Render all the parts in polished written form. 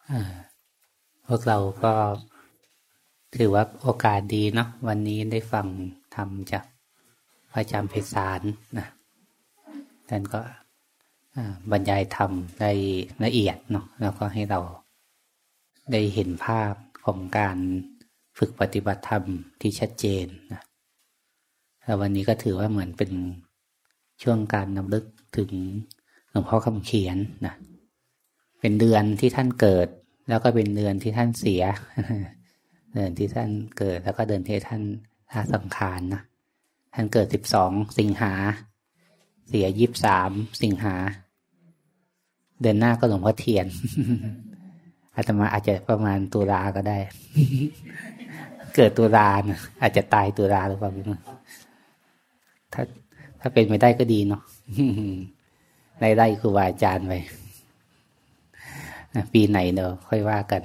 พวกเราก็ถือว่าโอกาสดีเนาะวันนี้ได้ฟังธรรมจากพระอาจารย์ไพศาลนะท่านก็บรรยายธรรมได้ละเอียดเนาะแล้วก็ให้เราได้เห็นภาพของการฝึกปฏิบัติธรรมที่ชัดเจนนะแล้ววันนี้ก็ถือว่าเหมือนเป็นช่วงการรำลึกถึงหลวงพ่อคำเขียนนะเป็นเดือนที่ท่านเกิดแล้วก็เป็นเดือนที่ท่านเสีย เดือนที่ท่านเกิดแล้วก็เดือนที่ท่านละสังขารนะท่านเกิด12 สิงหาเสีย23 สิงหาเดือนหน้าก็หลวงพ่อเทียน อาตมาอาจจะประมาณตุลาก็ได้ เกิดตุลานะอาจจะตายตุลาหรือเปล่าถ้าเป็นไม่ได้ก็ดีเนาะ ไล่ครูบาอาจารย์ไปปีไหนเดี๋ยวค่อยว่ากัน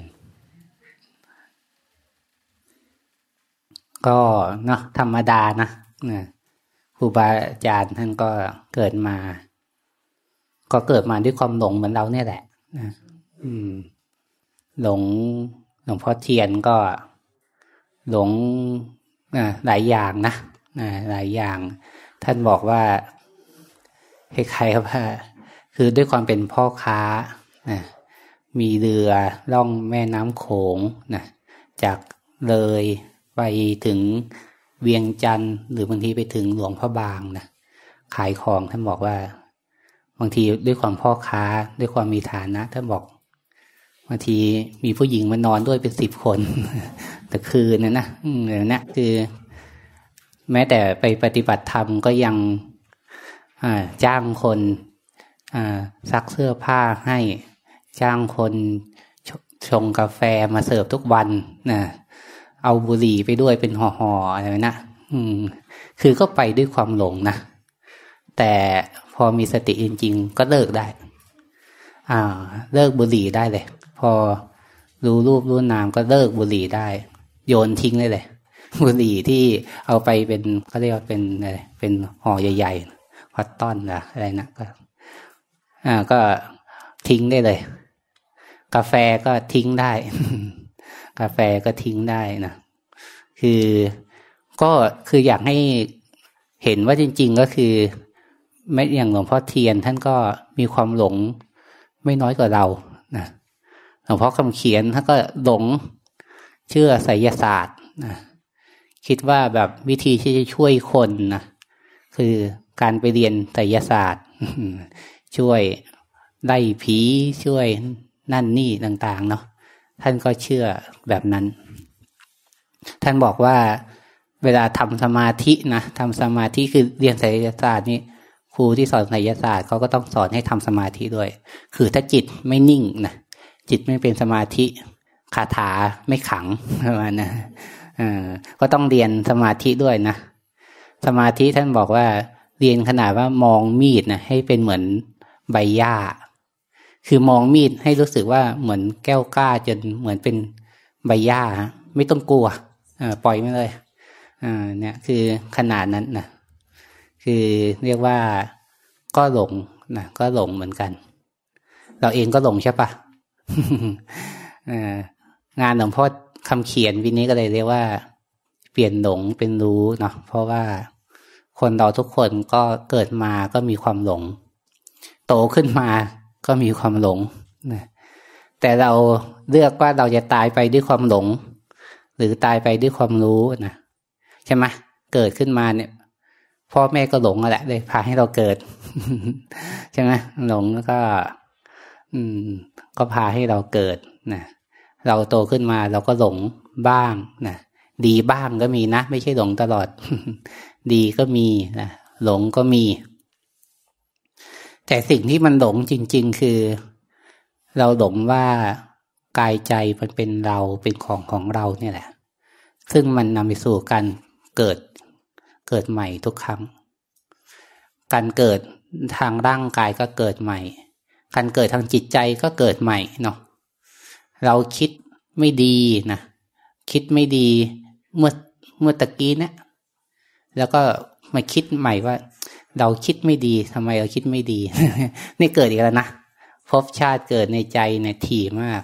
ก็เนาะธรรมดานะครูบาอาจารย์ท่านก็เกิดมาด้วยความหลงเหมือนเราเนี่ยแหละนะหลวงพ่อเทียนก็หลงหลายอย่างนะหลายอย่างท่านบอกว่าคล้ายๆว่าคือด้วยความเป็นพ่อค้ามีเรือล่องแม่น้ำโขงนะจากเลยไปถึงเวียงจันทร์หรือบางทีไปถึงหลวงพระบางนะขายของท่านบอกว่าบางทีด้วยความพ่อค้าด้วยความมีฐานะท่านบอกบางทีมีผู้หญิงมานอนด้วยเป็น10 คนแต่คืนนะเนี่ยคือแม้แต่ไปปฏิบัติธรรมก็ยังจ้างคนซักเสื้อผ้าให้จ้างคนชงกาแฟมาเสิร์ฟทุกวันนะเอาบุหรี่ไปด้วยเป็นห่อๆอะไรนะคือก็ไปด้วยความหลงนะแต่พอมีสติจริงๆก็เลิกได้เลิกบุหรี่ได้เลยพอรู้รูปรู้นามก็เลิกบุหรี่ได้โยนทิ้งได้เลยบุหรี่ที่เอาไปเป็นเขาเรียกว่าเป็นอะไรเป็นห่อใหญ่ๆคอตตอนอะไรนะก็ทิ้งได้เลยกาแฟก็ทิ้งได้ กาแฟก็ทิ้งได้นะคืออยากให้เห็นว่าจริงๆก็คือไม่อย่างหลวงพ่อเทียนท่านก็มีความหลงไม่น้อยกว่าเรานะหลวงพ่อคำเขียนท่านก็หลงเชื่อไสยศาสตร์นะคิดว่าแบบวิธีที่จะช่วยคนนะคือการไปเรียนไสยศาสตร์ช่วยไล่ผีช่วยนั่นนี่ต่างๆเนาะท่านก็เชื่อแบบนั้นท่านบอกว่าเวลาทำสมาธินะทำสมาธิคือเรียนไสยศาสตร์นี่ครูที่สอนไสยศาสตร์เขาก็ต้องสอนให้ทำสมาธิด้วยคือถ้าจิตไม่นิ่งนะจิตไม่เป็นสมาธิคาถาไม่ขังประมาณนะก็ต้องเรียนสมาธิด้วยนะสมาธิท่านบอกว่าเรียนขนาดว่ามองมีดนะให้เป็นเหมือนใบหญ้าคือมองมีดให้รู้สึกว่าเหมือนแก้วกล้าจนเหมือนเป็นใบหญ้าไม่ต้องกลัวปล่อยไม่เลยเนี่ยคือขนาดนั้นนะคือเรียกว่าก็หลงนะก็หลงเหมือนกันเราเองก็หลงใช่ปะ งานหลวงพ่อคำเขียนวินี้ก็เลยเรียกว่าเปลี่ยนหลงเป็นรู้เนาะเพราะว่าคนเราทุกคนก็เกิดมาก็มีความหลงโตขึ้นมาก็มีความหลงนะแต่เราเลือกว่าเราจะตายไปด้วยความหลงหรือตายไปด้วยความรู้นะใช่ไหมเกิดขึ้นมาเนี่ยพ่อแม่ก็หลงแหละเลยพาให้เราเกิด ใช่ไหมหลงแล้วก็พาให้เราเกิดนะเราโตขึ้นมาเราก็หลงบ้างนะดีบ้างก็มีนะไม่ใช่หลงตลอด ดีก็มีนะหลงก็มีแต่สิ่งที่มันหลงจริงๆคือเราหลงว่ากายใจมันเป็นเราเป็นของเราเนี่ยแหละซึ่งมันนำไปสู่การเกิดใหม่ทุกครั้งการเกิดทางร่างกายก็เกิดใหม่การเกิดทางจิตใจก็เกิดใหม่เนาะเราคิดไม่ดีนะคิดไม่ดีเมื่อตะกี้เนี่ยแล้วก็มาคิดใหม่ว่าเราคิดไม่ดีทำไมเราคิดไม่ดี นี่เกิดอีกแล้วนะภพชาติเกิดในใจเนี่ยถี่มาก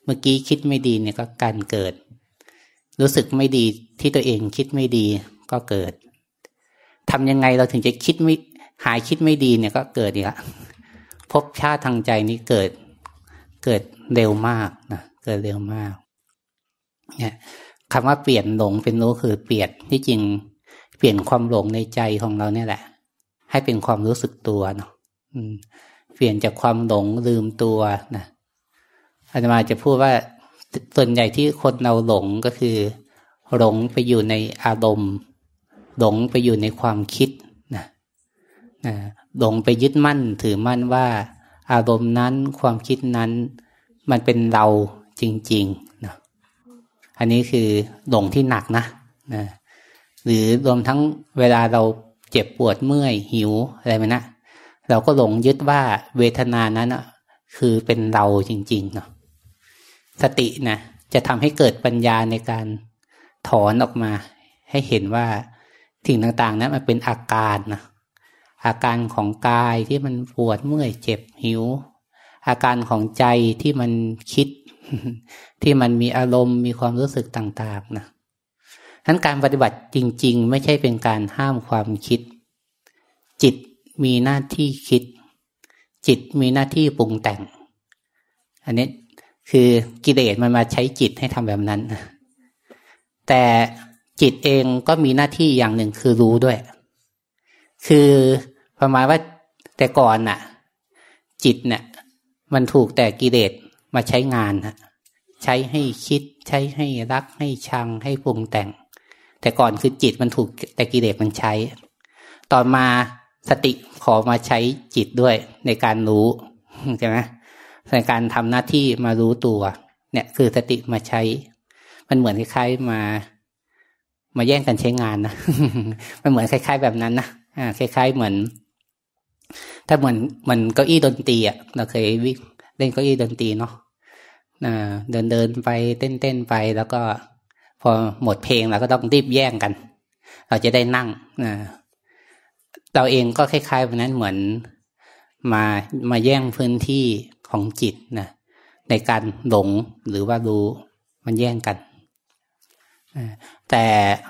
เมื่อกี้คิดไม่ดีเนี่ยก็การเกิดรู้สึกไม่ดีที่ตัวเองคิดไม่ดีก็เกิดทำยังไงเราถึงจะคิดไม่หายคิดไม่ดีเนี่ยก็เกิดอีกละภพชาติทางใจนี้เกิดเร็วมากนะเกิดเร็วมากเนี่ยคำว่าเปลี่ยนหลงเป็นรู้คือเปลี่ยนที่จริงเปลี่ยนความหลงในใจของเราเนี่ยแหละให้เป็นความรู้สึกตัวเนาะเปลี่ยนจากความหลงลืมตัวนะอาตมาจะพูดว่าส่วนใหญ่ที่คนเราหลงก็คือหลงไปอยู่ในอารมณ์หลงไปอยู่ในความคิดนะหลงไปยึดมั่นถือมั่นว่าอารมณ์นั้นความคิดนั้นมันเป็นเราจริงๆนะอันนี้คือหลงที่หนักนะหรือรวมทั้งเวลาเราเจ็บปวดเมื่อยหิวอะไรแบบนั้นเราก็หลงยึดว่าเวทนานั้นคือเป็นเราจริงๆเนาะสตินะจะทำให้เกิดปัญญาในการถอนออกมาให้เห็นว่าสิ่งต่างๆนั้นมันเป็นอาการนะอาการของกายที่มันปวดเมื่อยเจ็บหิวอาการของใจที่มันคิด ที่มันมีอารมณ์มีความรู้สึกต่างๆนะทั้นการปฏิบัติจริงๆไม่ใช่เป็นการห้ามความคิดจิตมีหน้าที่คิดจิตมีหน้าที่ปรุงแต่งอันนี้คือกิเลสมันมาใช้จิตให้ทำแบบนั้นแต่จิตเองก็มีหน้าที่อย่างหนึ่งคือรู้ด้วยคือประมาณว่าแต่ก่อนน่ะจิตเนี่ยมันถูกแต่กิเลสมาใช้งานนะใช้ให้คิดใช้ให้รักให้ชังให้ปรุงแต่งแต่ก่อนคือจิตมันถูกแต่กิเลสมันใช้ต่อมาสติขอมาใช้จิตด้วยในการรู้ใช่ไหมในการทำหน้าที่มารู้ตัวเนี่ยคือสติมาใช้มันเหมือนคล้ายๆมาแย่งกันใช้งานนะ มันเหมือนคล้ายๆแบบนั้นนะคล้ายๆเหมือนถ้าเหมือนเก้าอี้ดนตรีเราเคยวิ่งเล่นเก้าอี้ดนตรีเนาะเดินไปเต้นไปแล้วก็พอหมดเพลงเราก็ต้องรีบแย่งกันเราจะได้นั่งเราเองก็คล้ายๆแบบนั้นเหมือนมาแย่งพื้นที่ของจิตนะในการหลงหรือว่ารู้มันแย่งกันแต่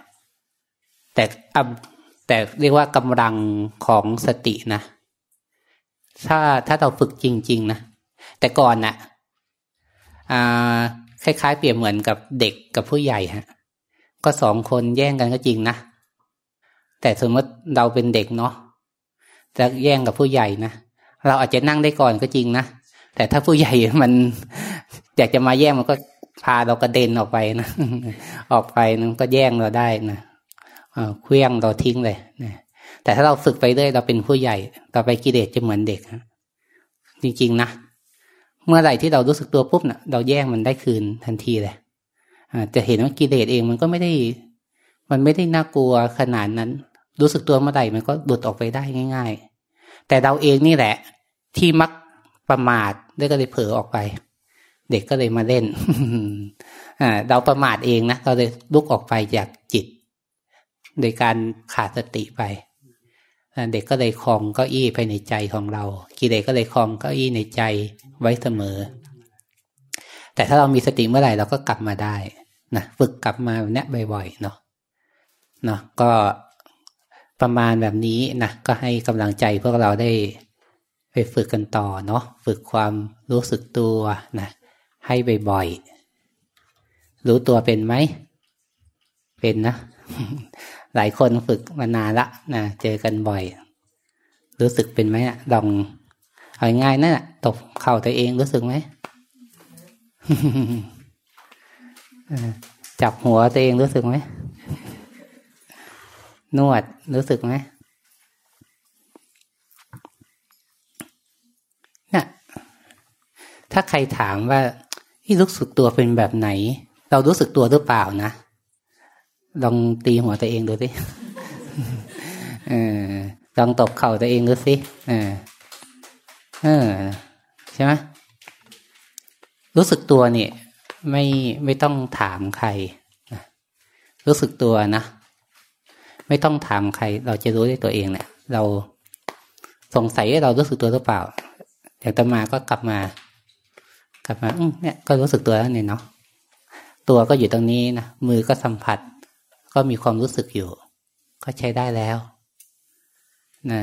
เรียกว่ากำลังของสตินะถ้าเราฝึกจริงๆนะแต่ก่อนน่ะคล้ายๆเปรียบเหมือนกับเด็กกับผู้ใหญ่ฮะก็สองคนแย่งกันก็จริงนะแต่สมมติเราเป็นเด็กเนาะจะแย่งกับผู้ใหญ่นะเราอาจจะนั่งได้ก่อนก็จริงนะแต่ถ้าผู้ใหญ่มันอยากจะมาแย่งมันก็พาเรากระเด็นออกไปนะออกไปมันก็แย่งเราได้นะเคลื่องเราทิ้งเลยนะแต่ถ้าเราฝึกไปเรื่อยเราเป็นผู้ใหญ่ต่อไปกิเลสจะเหมือนเด็กฮะจริงๆนะเมื่อไหร่ที่เรารู้สึกตัวปุ๊บนะเราแย่งมันได้คืนทันทีเลยจะเห็นว่ากิเลสเองมันก็ไม่ได้น่ากลัวขนาดนั้นรู้สึกตัวเมื่อไหร่มันก็หลุดออกไปได้ง่ายๆแต่เราเองนี่แหละที่มักประมาทแล้วก็เลยเผลอออกไปเด็กก็เลยมาเล่น เราประมาทเองนะเราเลยลุกออกไปจากจิตโดยการขาดสติไปเด็กก็เลยครองเก้าอี้ภายในใจของเรากิเลสก็เลยครองเก้าอี้ในใจไว้เสมอแต่ถ้าเรามีสติเมื่อไหร่เราก็กลับมาได้นะฝึกกลับมาแบบนี้บ่อยๆเนาะก็ประมาณแบบนี้นะก็ให้กำลังใจพวกเราได้ไปฝึกกันต่อเนาะฝึกความรู้สึกตัวนะให้บ่อยๆรู้ตัวเป็นไหมเป็นนะ หลายคนฝึกมานานละนะเจอกันบ่อยรู้สึกเป็นไหมลองเอาง่ายนั่นแหละตบเข่าตัวเองรู้สึกไหม จับหัวตัวเองรู้สึกไหมนวดรู้สึกไหมน่ะถ้าใครถามว่ารู้สึกตัวเป็นแบบไหนเรารู้สึกตัวหรือเปล่านะลองตีหัวตัวเองดูสิ ลองตบเข่าตัวเองดูสิใช่ไหมรู้สึกตัวเนี่ยไม่ต้องถามใครรู้สึกตัวนะไม่ต้องถามใครเราจะรู้ด้วยตัวเองเนี่ยเราสงสัยว่าเรารู้สึกตัวหรือเปล่าเดี๋ยวต่อมาก็กลับกลับมาเนี่ยก็รู้สึกตัวแล้วเนี่ยเนาะตัวก็อยู่ตรงนี้นะมือก็สัมผัสก็มีความรู้สึกอยู่ก็ใช้ได้แล้วนะ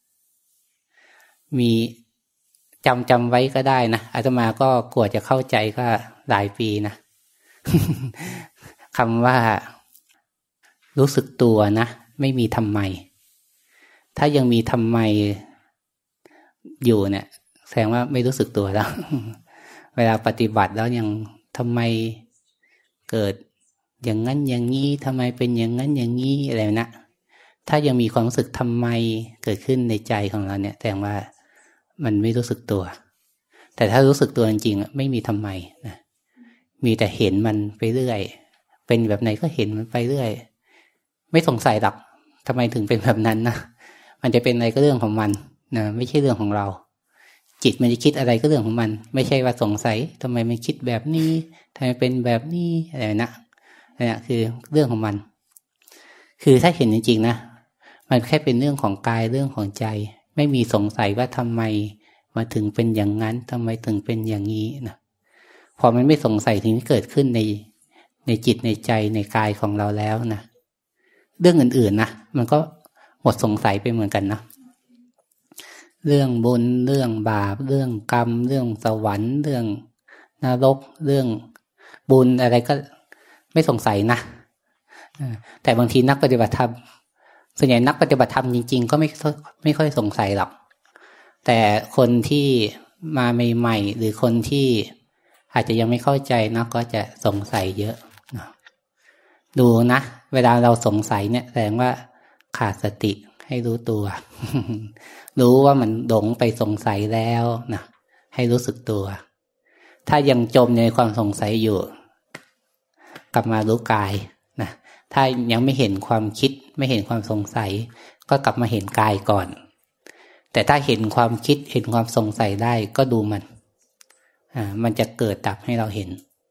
มีจำไว้ก็ได้นะอาตมาก็กว่าจะเข้าใจก็หลายปีนะ คำว่ารู้สึกตัวนะไม่มีทำไมถ้ายังมีทำไมอยู่เนี่ยแสดงว่าไม่รู้สึกตัวแล้ว เวลาปฏิบัติแล้วยังทำไมเกิดอย่างนั้นอย่างนี้ทำไมเป็นอย่างนั้นอย่างนี้อะไรนะถ้ายังมีความรู้สึกทำไมเกิดขึ้นในใจของเราเนี่ยแสดงว่ามันไม่รู้สึกตัวแต่ถ้ารู้สึกตัวจริงๆไม่มีทำไมนะมีแต่เห็นมันไปเรื่อยเป็นแบบไหนก็เห็นมันไปเรื่อยไม่สงสัยหรอกทำไมถึงเป็นแบบนั้นนะมันจะเป็นอะไรก็เรื่องของมันนะไม่ใช่เรื่องของเราจิตมันจะคิดอะไรก็เรื่องของมันไม่ใช่ว่าสงสัยทำไมมันคิดแบบนี้ทำไมเป็นแบบนี้อะไรนะนี่คือเรื่องของมันคือถ้าเห็นจริงๆนะมันแค่เป็นเรื่องของกายเรื่องของใจไม่มีสงสัยว่าทำไมมาถึงเป็นอย่างนั้นทำไมถึงเป็นอย่างนี้นะพอมันไม่สงสัยถึงที่เกิดขึ้นในจิตในใจในกายของเราแล้วนะเรื่องอื่นๆนะมันก็หมดสงสัยไปเหมือนกันนะเรื่องบุญเรื่องบาปเรื่องกรรมเรื่องสวรรค์เรื่องนรกเรื่องบุญอะไรก็ไม่สงสัยนะแต่บางทีนักปฏิบัติธรรมส่วนใหญ่นักปฏิบัติธรรมจริงๆก็ไม่ค่อยสงสัยหรอกแต่คนที่มาใหม่ๆหรือคนที่อาจจะยังไม่เข้าใจนะก็จะสงสัยเยอะนะดูนะเวลาเราสงสัยเนี่ยแสดงว่าขาดสติให้รู้ตัว รู้ว่ามันหลงไปสงสัยแล้วนะให้รู้สึกตัวถ้ายังจมในความสงสัยอยู่กลับมารู้กายนะถ้ายังไม่เห็นความคิดไม่เห็นความสงสัยก็กลับมาเห็นกายก่อนแต่ถ้าเห็นความคิดเห็นความสงสัยได้ก็ดูมันจะเกิดดับให้เราเห็น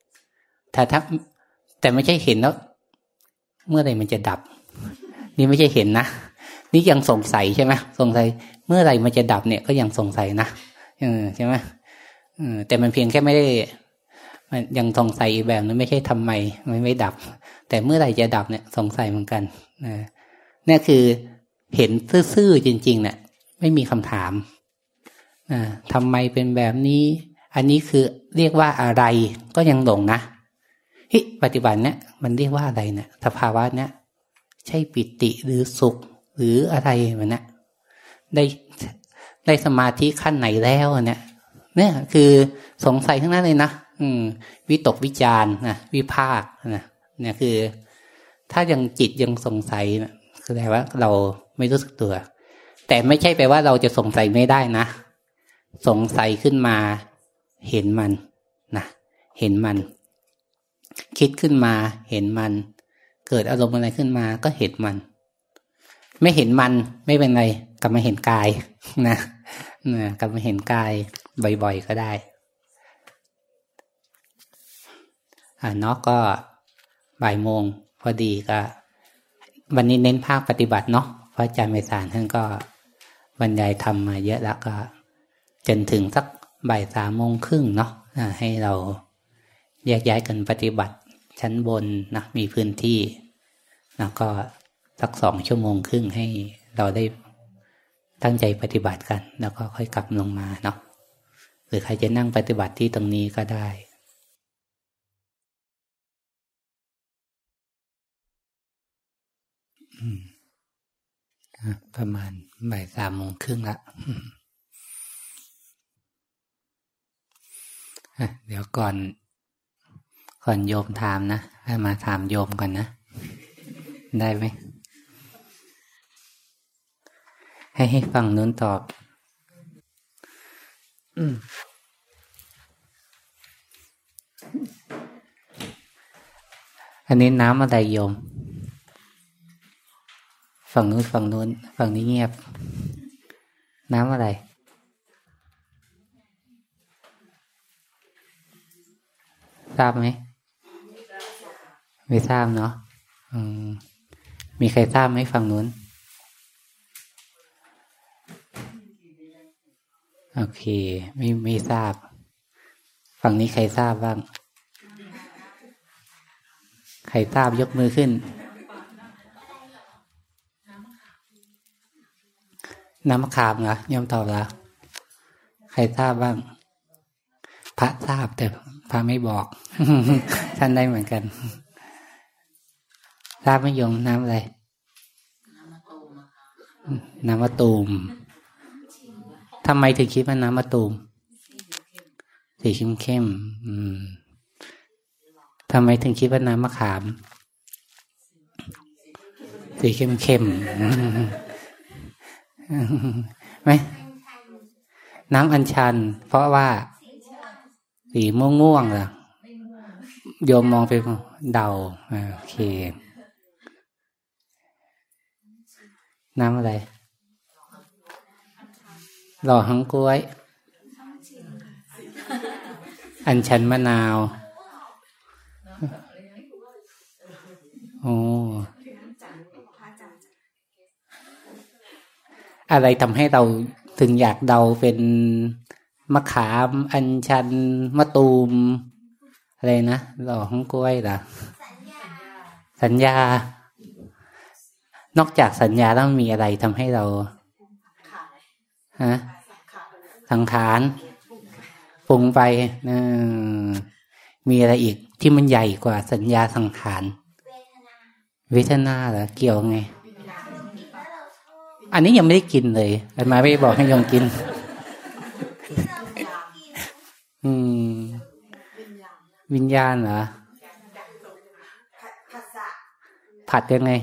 แต่ไม่ใช่เห็นแล้วเมื่อไหร่มันจะดับนี่ไม่ใช่เห็นนะนี่ยังสงสัยใช่ไหมสงสัยเมื่อไหร่มันจะดับเนี่ยก็ยังสงสัยนะใช่ไหมแต่มันเพียงแค่ไม่ได้มันยังสงสัยอีกแบบนึงไม่ใช่ทำไมมันไม่ดับแต่เมื่อไหร่จะดับเนี่ยสงสัยเหมือนกันนี่คือเห็นซื่อๆจริงๆเนี่ยไม่มีคำถามทำไมเป็นแบบนี้อันนี้คือเรียกว่าอะไรก็ยังหลงนะปฏิบัติเนี่ยมันเรียกว่าอะไรเนี่ยสภาวะเนี่ยใช่ปิติหรือสุขหรืออะไรมันนะได้สมาธิขั้นไหนแล้วเนี่ยคือสงสัยทั้งนั้นเลยนะวิตกวิจารนะวิพากษ์นะเนี่ยคือถ้ายังจิตยังสงสัยนะคือแปลว่าเราไม่รู้สึกตัวแต่ไม่ใช่แปลว่าเราจะสงสัยไม่ได้นะสงสัยขึ้นมาเห็นมันนะเห็นมันคิดขึ้นมาเห็นมันเกิดอารมณ์อะไรขึ้นมาก็เห็นมันไม่เห็นมันไม่เป็นไรกลับมาเห็นกายนะกลับมาเห็นกายบ่อยๆก็ได้เนาะก็บ่ายโมงพอดีก็วันนี้เน้นภาคปฏิบัติเนาะเพราะอาจารย์ไพศาลท่านก็บรรยายธรรมมาเยอะแล้วก็จนถึงสักบ่าย3:30เนาะให้เราแยกย้ายกันปฏิบัติชั้นบนนะมีพื้นที่แล้วก็สัก2 ชั่วโมงครึ่งให้เราได้ตั้งใจปฏิบัติกันแล้วก็ค่อยกลับลงมาเนาะหรือใครจะนั่งปฏิบัติที่ตรงนี้ก็ได้ประมาณบ่าย3:30ละเดี๋ยวก่อนโยมถามนะให้มาถามโยมก่อนนะได้ไหมให้ฟังนู้นตอบอันนี้น้ำอะไรโยมฝั่งนู้นฝั่งนี้เงียบน้ำอะไรทราบไหมไม่ทราบเนาะมีใครทราบไหมฝั่งนู้นโอเคไม่ทราบฝั่งนี้ใครทราบบ้างใครทราบยกมือขึ้นน้ำมะขามเหรอยอมตอบแล้วใครทราบบ้างพระทราบแต่พระไม่บอก ท่านได้เหมือนกันทราบไหมโยมน้ำอะไรน้ำมะตูมทำไมถึงคิดว่าน้ำมะตูมสีเข้มๆทำไมถึงคิดว่าน้ำมะขามสีเข้มๆไหมน้ำอัญชันเพราะว่าสีม่วงๆเหรอโยมมองไปเดาโอเคน้ำอะไรหล่อหังกล้วยอัญชันมะนาวโอ้อะไรทำให้เราถึงอยากเดาเป็นมะขามอัญชันมะตูมอะไรนะหล่อหังกล้วยเหรอสัญญานอกจากสัญญาแล้วมีอะไรทำให้เราสังขารปรุงไปมีอะไรอีกที่มันใหญ่กว่าสัญญาสังขารเวทนาเหรอเกี่ยวไงอันนี้ยังไม่ได้กินเลยอาตมาไม่บอกให้โยมกินวิญญาณเหรอผัดยังไง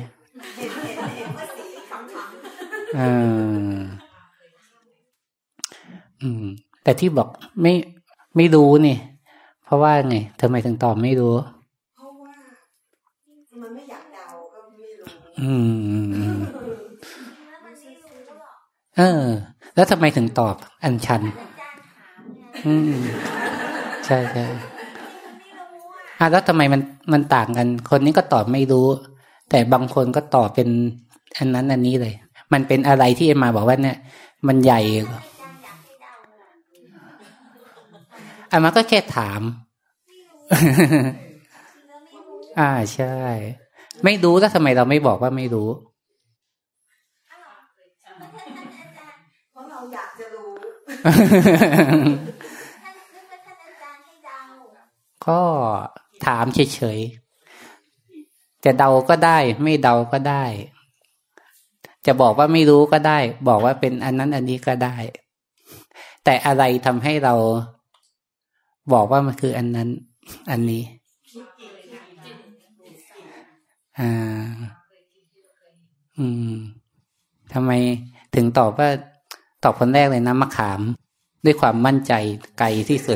แต่ที่บอกไม่รู้นี่เพราะว่าไงทำไมถึงตอบไม่รู้เพราะว่ามันไม่อยากเดาก็ไม่รู้แล้วทำไมถึงตอบอัญชันใช่ใช่แล้วทำไมมันต่างกันคนนี้ก็ตอบไม่รู้แต่บางคนก็ตอบเป็นอันนั้นอันนี้เลยมันเป็นอะไรที่เอ็มมาบอกว่าเนี่ยมันใหญ่อามาก็แค่ถามใช่ไม่รู้แล้วทำไมเราไม่บอกว่าไม่รู้เพราะเราอยากจะรู้ก็ถามเฉยๆจะเดาก็ได้ไม่เดาก็ได้จะบอกว่าไม่รู้ก็ได้บอกว่าเป็นอันนั้นอันนี้ก็ได้แต่อะไรทำให้เราบอกว่ามันคืออันนั้นอันนี้ทำไมถึงตอบว่าตอบคนแรกเลยนะมะขามด้วยความมั่นใจไกลที่สุด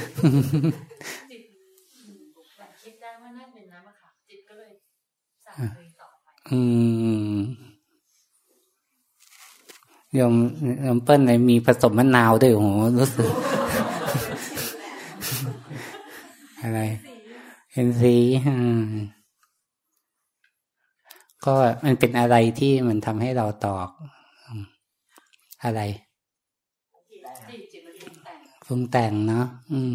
คิดได้ว่าน่าเป็นน้ำมะขามจิตก็เลยสั่งเลยต่อไปโยมเปิ้ลเลยมีผสมมะนาวด้วยโอ้โหรู้สึกอะไรเห็นสีก็มันเป็นอะไรที่มันทำให้เราตอบอะไรปรุงแต่งเนาะ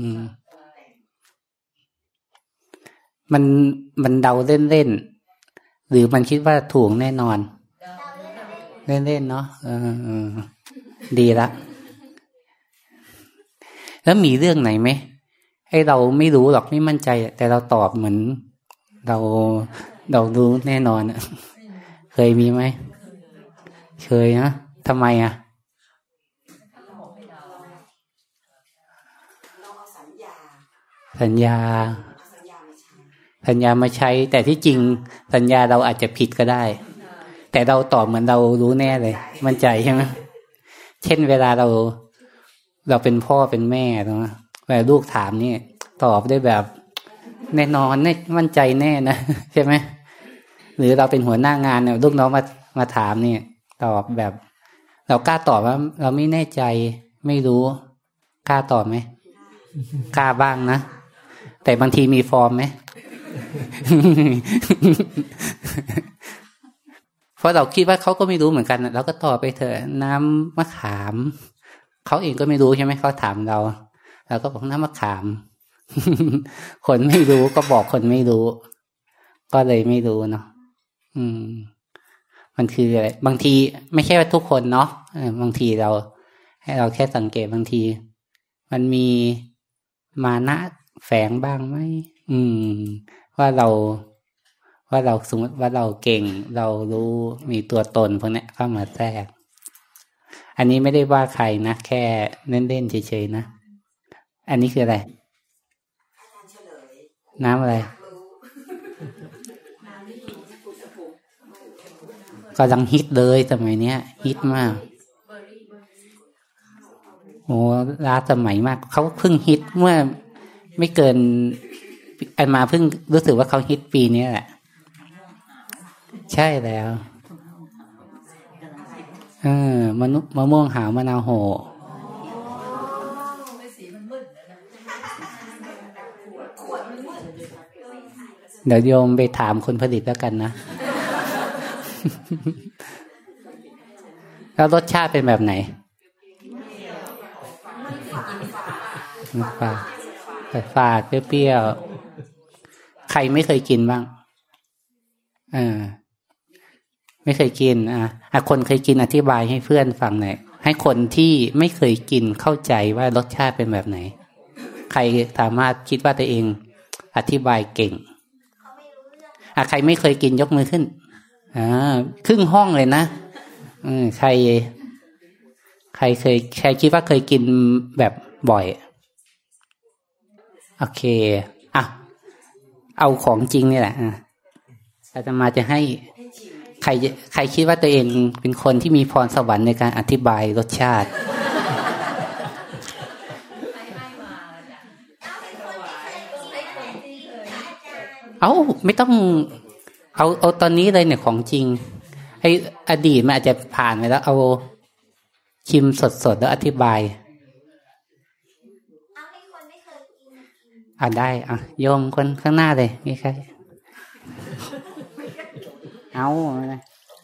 มันเดาเล่นๆหรือมันคิดว่าถูกแน่นอนเล่นๆเนาะดีละแล้วมีเรื่องไหนไหมให้เราไม่รู้หรอกไม่มั่นใจแต่เราตอบเหมือนเรารู้แน่นอนเคยมีไหมเคยนะทำไมสัญญามาใช้แต่ที่จริงสัญญาเราอาจจะผิดก็ได้แต่เราตอบเหมือนเรารู้แน่เลยมั่นใจใช่ไหมเช่นเวลาเราเป็นพ่อเป็นแม่นะเวลาลูกถามนี่ตอบได้แบบแน่นอนแน่มั่นใจแน่นะใช่ไหมหรือเราเป็นหัวหน้างานเนี่ยลูกน้องมาถามนี่ตอบแบบเรากล้าตอบว่าเราไม่แน่ใจไม่รู้กล้าตอบไหมกล้าบ้างนะแต่บางทีมีฟอร์มไหม เพราะเราคิดว่าเขาก็ไม่รู้เหมือนกันเราก็ตอบไปเถอะน้ำมะขามเขาเองก็ไม่รู้ใช่ไหมเขาถามเราก็บอกน้ำมะขามคนไม่รู้ก็บอกคนไม่รู้ก็เลยไม่รู้เนาะมันคืออะไรบางทีไม่ใช่ว่าทุกคนเนาะบางทีเราให้เราแค่สังเกตบางทีมันมีมานะแฝงบ้างไหมว่าเราสมมติว่าเราเก่งเรารู้มีตัวตนพวกนี้เข้ามาแทรกอันนี้ไม่ได้ว่าใครนะแค่เล่นๆเฉยๆนะอันนี้คืออะไรน้ำอะไรกำลังฮิตเลยสมัยเนี้ยฮิตมากโอ้ล้าสมัยมากเขาเพิ่งฮิตเมื่อไม่เกินอันมาเพิ่งรู้สึกว่าเขาฮิตปีนี้แหละใช่แล้วมะม่วงหาวมะนาวโหเดี๋ยวโยมไปถามคนผลิตแล้วกันนะ แล้วรสชาติเป็นแบบไหนฝาดเปรี้ยวๆใครไม่เคยกินบ้างไม่เคยกินคนเคยกินอธิบายให้เพื่อนฟังหน่อยให้คนที่ไม่เคยกินเข้าใจว่ารสชาติเป็นแบบไหนใครสามารถคิดว่าตัวเองอธิบายเก่งใครไม่เคยกินยกมือขึ้นครึ่งห้องเลยนะใครคิดว่าเคยกินแบบบ่อยโอเคเอาของจริงนี่แหละอาตมาจะให้ใครคิดว่าตัวเองเป็นคนที่มีพรสวรรค์ในการอธิบายรสชาติไม่ต้องเอาตอนนี้เลยเนี่ยของจริงไอ้อดีตมันอาจจะผ่านไปแล้วเอาชิมสดๆแล้วอธิบายได้โยมคนข้างหน้าเลยนี่ใครนะ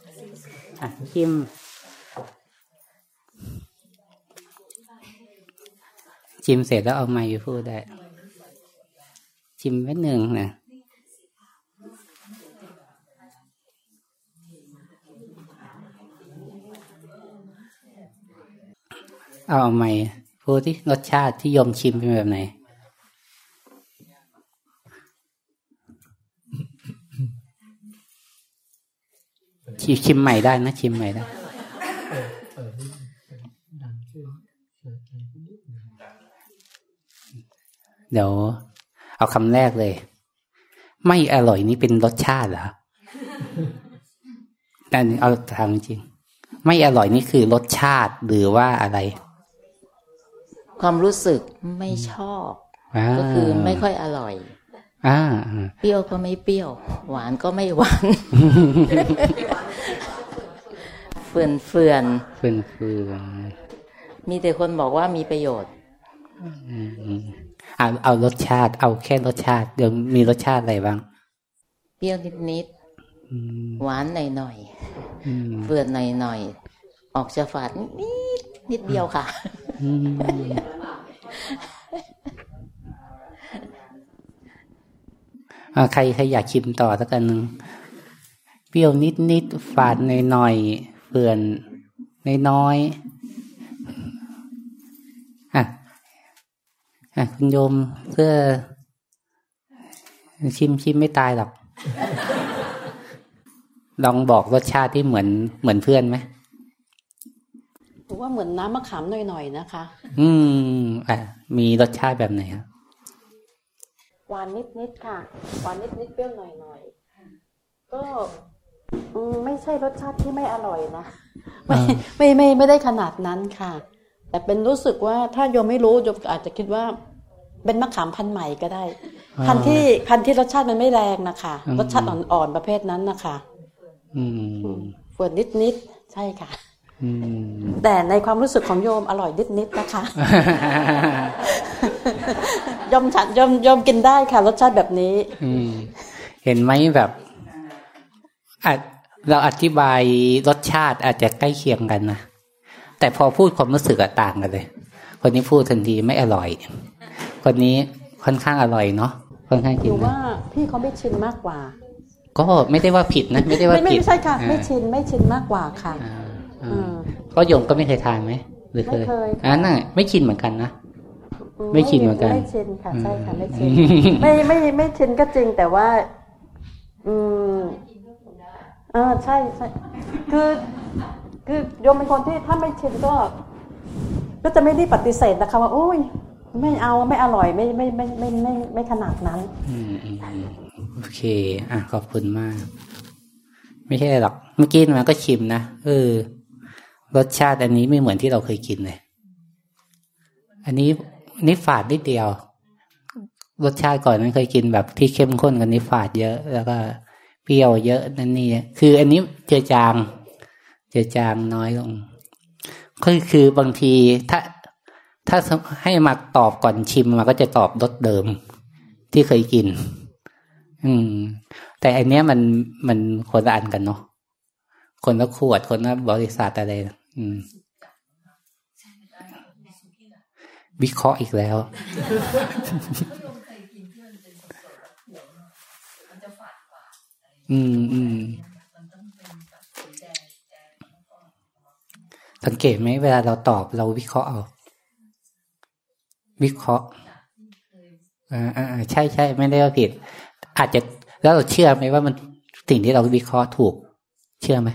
ชิมเสร็จแล้วเอาไมค์พูดได้ชิมไว้หนึ่งนะเอาไมค์พูดที่รสชาติที่โยมชิมเป็นแบบไหนชิมใหม่ได้นะชิมใหม่ได้เดี๋ยวเอาคำแรกเลยไม่อร่อยนี่เป็นรสชาติเหรอแต่เอาทางจริงไม่อร่อยนี่คือรสชาติหรือว่าอะไรความรู้สึกไม่ชอบก็คือไม่ค่อยอร่อยเปรี้ยวก็ไม่เปรี้ยวหวานก็ไม่หวานเฟื่อนมีแต่คนบอกว่ามีประโยชน์เอารสชาติเอาแค่รสชาติเดี๋ยวมีรสชาติอะไรบ้างเปรี้ยวนิดๆหวานหน่อยๆเฟื่อนหน่อยๆออกจะฝาดนิดเดียวค่ะใครอยากชิมต่อสักอันนึงเปรี้ยวนิดฝาดหน่อยเฟื่อนน้อยคุณโยมเพื่อชิมไม่ตายหรอกลองบอกรสชาติที่เหมือนเพื่อนไหมผมว่าเหมือนน้ำมะขามหน่อยๆนะคะมีรสชาติแบบไหนครับหวานนิดๆค่ะหวานนิดๆเปรี้ยวหน่อยๆก็ไม่ใช่รสชาติที่ไม่อร่อยนะไม่ได้ขนาดนั้นค่ะแต่เป็นรู้สึกว่าถ้าโยมไม่รู้โยมอาจจะคิดว่าเป็นมะขามพันธุ์ใหม่ก็ได้พันธุ์ที่รสชาติมันไม่แรงนะคะรสชาติอ่อนๆประเภทนั้นนะคะเฟื่อนนิดๆใช่ค่ะแต่ในความรู้สึกของโยมอร่อยนิดๆนะคะยอมกินได้ค่ะรสชาติแบบนี้เห็นไหมแบบเราอธิบายรสชาติอาจจะใกล้เคียงกันนะแต่พอพูดความรู้สึกต่างกันเลยคนนี้พูดทันทีไม่อร่อยคนนี้ค่อนข้างอร่อยเนาะค่อนข้างกินหรือว่าพี่เขาไม่ชินมากกว่าก็ไม่ได้ว่าผิดนะไม่ได้ว่าผิดไม่ใช่ค่ะไม่ชินมากกว่าค่ะก็โยมก็ไม่เคยทานไหมหรือเคยน่ะไม่ชินเหมือนกันนะไม่ชินเหมือนกันไม่ชินค่ะใช่ค่ะไม่ชินไม่ชินก็จริงแต่ว่าใช่คือโยมเป็นคนที่ถ้าไม่ชินก็จะไม่ได้ปฏิเสธนะคะว่าโอ้ยไม่เอาไม่อร่อยไม่ขนาดนั้นโอเคขอบคุณมากไม่ใช่หรอกเมื่อกี้มันก็ชิมนะรสชาติอันนี้ไม่เหมือนที่เราเคยกินเลยอันนี้ฝาดนิดเดียวรสชาติก่อนนั้นเคยกินแบบที่เข้มข้นกันนี้ฝาดเยอะแล้วก็เปรี้ยวเยอะนั่นนี่คืออันนี้เจือจางน้อยลงคือบางทีถ้าให้มาตอบก่อนชิมมันก็จะตอบรสเดิมที่เคยกินแต่อันเนี้ยมันคนละอันกันเนาะคนละขวดคนละบริษัทอะไรวิเคราะห์อีกแล้วสังเกตไหมเวลาเราตอบเราวิเคราะห์เอาวิเคราะห์ใช่ไม่ได้ว่าผิดอาจจะแล้วเราเชื่อไหมว่ามันสิ่งที่เราวิเคราะห์ถูกเชื่อไหม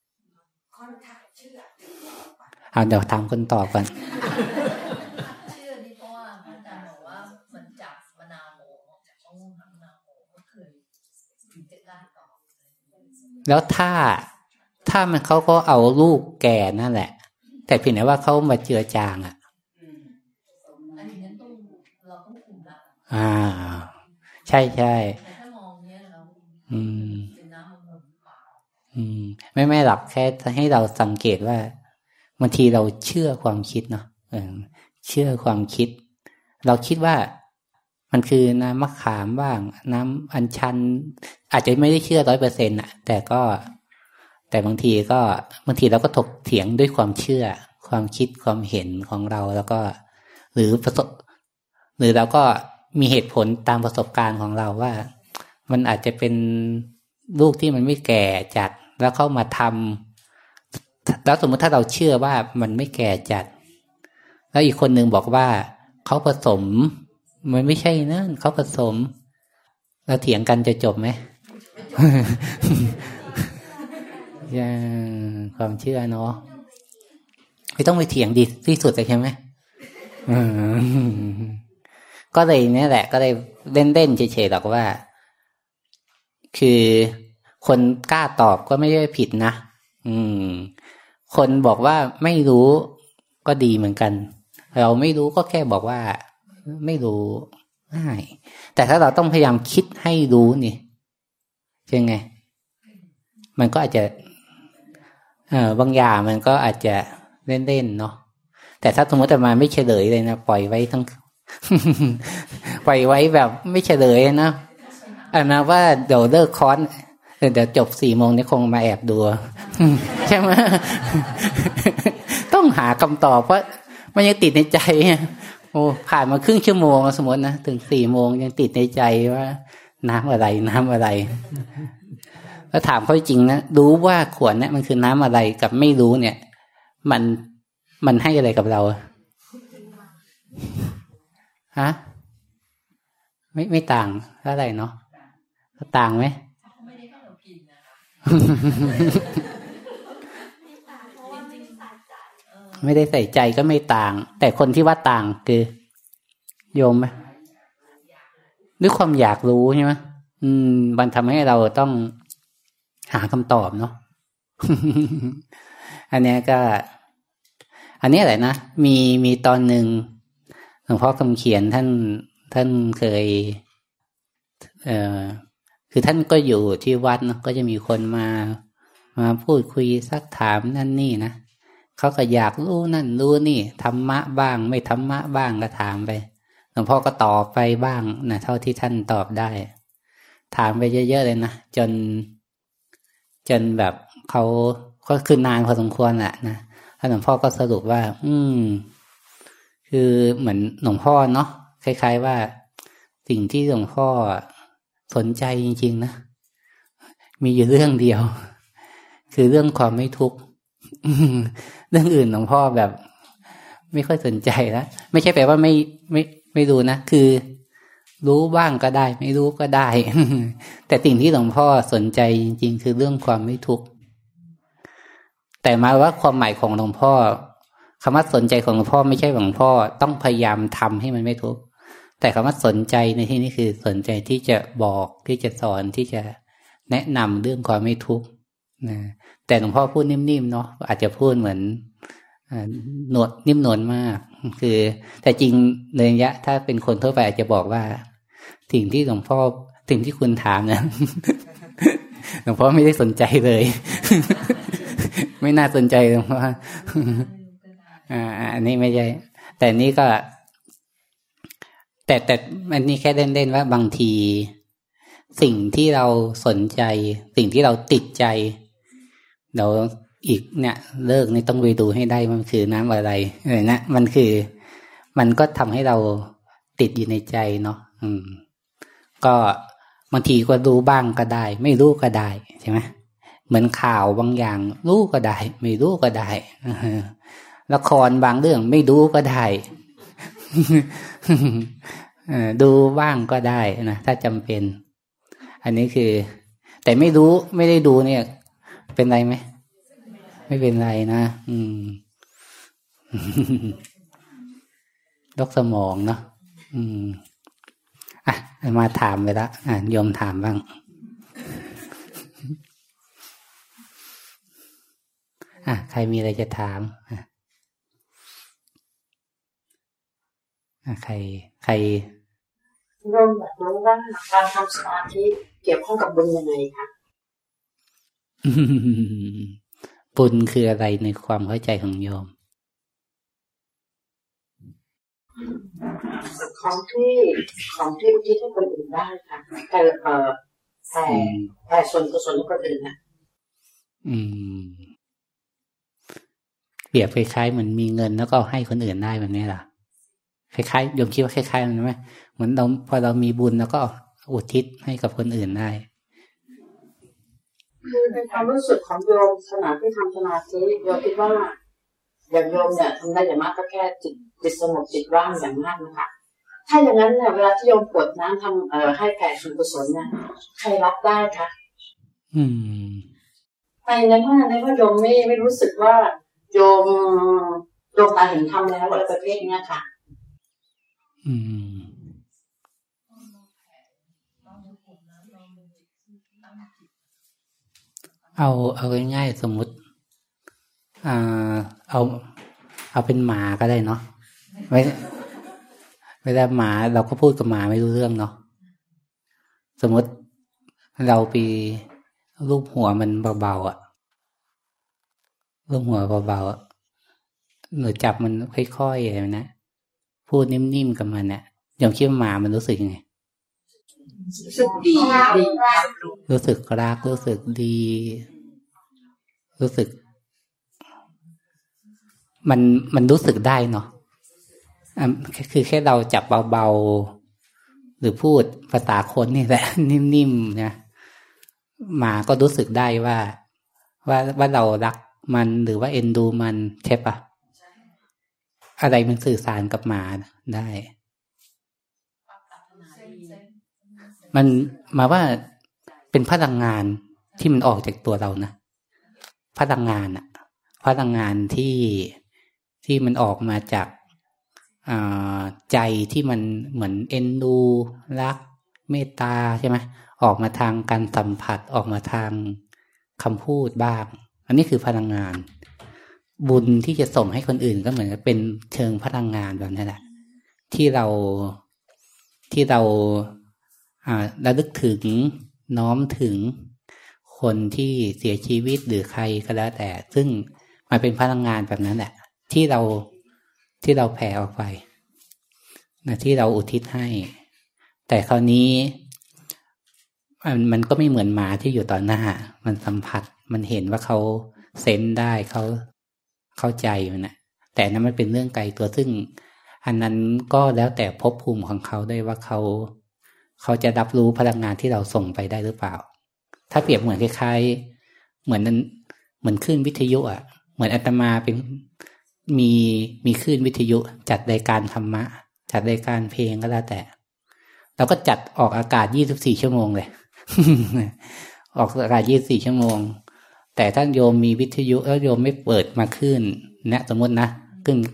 เดี๋ยวถามคนตอบกันเชื่อนี่เพราะว่าอาจารย์บอกว่ามันจับมะนาวโหออกจากช่องมะนาวโหก็เคยถึงจะได้ตอบแล้วถ้ามันเขาก็เอาลูกแก่นั่นแหละแต่เพียงแต่ว่าเขามาเจือจางอันนี้นั้นเราต้องคุมละใช่แต่ถ้ามองเนี้ยเราเป็นน้ำมันเปล่าไม่หรอกแค่ให้เราสังเกตว่าบางทีเราเชื่อความคิดเนาะเชื่อความคิดเราคิดว่ามันคือน้ำมะขามบ้างน้ำอัญชันอาจจะไม่ได้เชื่อ 100% น่ะแต่บางทีเราก็ถกเถียงด้วยความเชื่อความคิดความเห็นของเราแล้วก็หรือเราก็มีเหตุผลตามประสบการณ์ของเราว่ามันอาจจะเป็นลูกที่มันไม่แก่จัดแล้วเข้ามาทำแล้วสมมติถ้าเราเชื่อว่ามันไม่แก่จัดแล้วอีกคนนึงบอกว่าเขาผสมมันไม่ใช่นะเขาผสมแล้วเถียงกันจะจบไหม ความเชื่อเนาะไม่ต้องไปเถียงดีที่สุดเลยใช่ไหมก็เลยเนี่ยแหละก็เลยเล่นๆเฉยๆหรอกว่าคือคนกล้าตอบก็ไม่ได้ผิดนะคนบอกว่าไม่รู้ก็ดีเหมือนกันเราไม่รู้ก็แค่บอกว่าไม่รู้ง่ายแต่ถ้าเราต้องพยายามคิดให้รู้นี่ใช่ไงมันก็อาจจะบางอย่างมันก็อาจจะเล่นๆเนาะแต่ถ้าสมมติแต่มาไม่เฉลยเลยนะปล่อยไว้ทั้ง ปล่อยไว้แบบไม่เฉลยนะนะว่าเดี๋ยวเลิกคอร์สเดี๋ยวจบ 4 โมงนี่คงมาแอบดู ใช่ไหม ต้องหาคำตอบเพราะมันยังติดในใจโอ้ผ่านมาครึ่งชั่วโมงสมมตินะถึง 4 โมงยังติดในใจว่าน้ำอะไรแล้วถามเขาจริงนะรู้ว่าขวดเนี่ยมันคือน้ำอะไรกับไม่รู้เนี่ยมันให้อะไรกับเราฮะไม่ต่างเท่าไหร่เนาะต่างไหมไม่ได้ใส่ใจก็ไม่ต่างแต่คนที่ว่าต่างคือโยมไหมด้วยความอยากรู้ใช่ไหมมันทำให้เราต้องหาคำตอบเนาะ อันนี้อะไรนะมีตอนหนึ่งหลวงพ่อคำเขียนท่านเคยคือท่านก็อยู่ที่วัดนะก็จะมีคนมาพูดคุยซักถามนั่นนี่นะเขาก็อยากรู้นั่นรู้นี่ธรรมะบ้างไม่ธรรมะบ้างก็ถามไปหลวงพ่อก็ตอบไปบ้างนะเท่าที่ท่านตอบได้ถามไปเยอะๆเลยนะจนแบบเขาก็คือนานพอสมควรแหละนะหลวงพ่อก็สรุปว่าคือเหมือนหลวงพ่อเนาะคล้ายๆว่าสิ่งที่หลวงพ่อสนใจจริงๆนะมีอยู่เรื่องเดียวคือเรื่องความไม่ทุกข์เรื่องอื่นหลวงพ่อแบบไม่ค่อยสนใจแล้วไม่ใช่แปลว่าไม่รู้นะคือรู้บ้างก็ได้ไม่รู้ก็ได้ แต่สิ่งที่หลวงพ่อสนใจจริงๆคือเรื่องความไม่ทุกข์แต่มาว่าความหมายของหลวงพ่อคำว่าสนใจของหลวงพ่อไม่ใช่หลวงพ่อต้องพยายามทำให้มันไม่ทุกข์แต่คำว่าสนใจในที่นี้คือสนใจที่จะบอกที่จะสอนที่จะแนะนำเรื่องความไม่ทุกข์นะแต่หลวงพ่อพูดนิ่มๆเนาะอาจจะพูดเหมือนนิ่มนวลมากคือแต่จริงในระยะถ้าเป็นคนทั่วไปอาจจะบอกว่าสิ่งที่หลวงพ่อสิ่งที่คุณถามนะ หลวงพ่อไม่ได้สนใจเลย ไม่น่าสนใจหลวงพ่อ อันนี้ไม่ใช่แต่นี้ก็แต่อันนี้แค่เล่นๆว่าบางทีสิ่งที่เราสนใจสิ่งที่เราติดใจเดี๋ยวอีกเนี่ยเลิกนี่ต้องไปดูให้ได้มันคือน้ำอะไรนะมันก็ทำให้เราติดอยู่ในใจเนาะก็บางทีก็รู้บ้างก็ได้ไม่รู้ก็ได้ใช่ไหมเหมือนข่าวบางอย่างรู้ก็ได้ไม่รู้ก็ได้ละครบางเรื่องไม่ดูก็ได้ ดูบ้างก็ได้นะถ้าจำเป็นอันนี้คือแต่ไม่รู้ไม่ได้ดูเนี่ยเป็นไรไหมไม่เป็นไรนะลกสมองเนาะมาถามไปละโยมถามบ้างใครมีอะไรจะถามใครโยมอยากรู้ว่าการทำสมาธิเกี่ยวข้องกับบุญยังไงคะบุญคืออะไรในความเข้าใจของโยมของที่อุทิศให้คนอื่นได้ค่ะแต่ส่วนกุศลให้คนอื่นนะเปรียบคล้ายๆเหมือนมีเงินแล้วก็ให้คนอื่นได้แบบนี้ล่ะคล้ายๆโยมคิดว่าคล้ายๆมันไหมเหมือนเราพอเรามีบุญแล้วก็อุทิศให้กับคนอื่นได้คือเป็นความรู้สึกของโยมขณะที่ทำสมาธิโยมคิดว่าอย่างโยมเนี่ยทำได้อย่างมากก็แค่จิตสงบจิตว่างอย่างมากนะคะถ้าอย่างนั้นเนี่ยเวลาที่โยมกรวดน้ำทำให้แผ่ส่วนกุศลเนี่ยใครรับได้คะในเมื่อโยมไม่รู้สึกว่าโยมตาเห็นธรรมแล้วอะไรประเภทนี้ค่ะเอาง่ายๆสมมุติเอาเป็นหมาก็ได้เนาะเวลาหมาเราก็พูดกับหมาไม่รู้เรื่องเนาะสมมติเราไปลูบหัวมันเบาๆลูบหัวเบาๆหรือจับมันค่อยๆอะไรนะพูดนิ่มๆกับมันเนี่ยอย่างคิดว่าหมามันรู้สึกยังไงรู้สึกดีรู้สึกรักรู้สึกดีรู้สึกมันรู้สึกได้เนาะคือแค่เราจับเบาๆหรือพูดภาษาคนนี่แหละนิ่มๆนะหมาก็รู้สึกได้ว่าเรารักมันหรือว่าเอ็นดูมันใช่ปะอะไรมันสื่อสารกับหมาได้มันมาว่าเป็นพลังงานที่มันออกจากตัวเรานะพลังงานที่มันออกมาจากใจที่มันเหมือนเอ็นดูรักเมตตาใช่ไหมออกมาทางการสัมผัสออกมาทางคำพูดบ้างอันนี้คือพลังงานบุญที่จะส่งให้คนอื่นก็เหมือนกับเป็นเชิงพลังงานแบบนั้นแหละที่เราระลึกถึงน้อมถึงคนที่เสียชีวิตหรือใครก็แล้วแต่ซึ่งมันเป็นพลังงานแบบนั้นแหละที่เราแผ่ออกไปนะที่เราอุทิศให้แต่คราวนี้มันก็ไม่เหมือนหมาที่อยู่ต่อหน้ามันสัมผัสมันเห็นว่าเขาเซนส์ได้เขาเข้าใจมันนะแต่นั้นมันเป็นเรื่องไกลตัวซึ่งอันนั้นก็แล้วแต่ภพภูมิของเขาได้ว่าเขาเขาจะรับรู้พลังงานที่เราส่งไปได้หรือเปล่าถ้าเปรียบเหมือนคล้ายๆเหมือนคลื่นวิทยุอ่ะเหมือนอาตมาเป็นมีคลื่นวิทยุจัดรายการธรรมะจัดรายการเพลงก็แล้วแต่เราก็จัดออกอากาศ24ชั่วโมงเลย ออกอากาศ24ชั่วโมงแต่ถ้าโยมมีวิทยุแล้วโยมไม่เปิดมาคลื่นนะสมมตินะคลื่น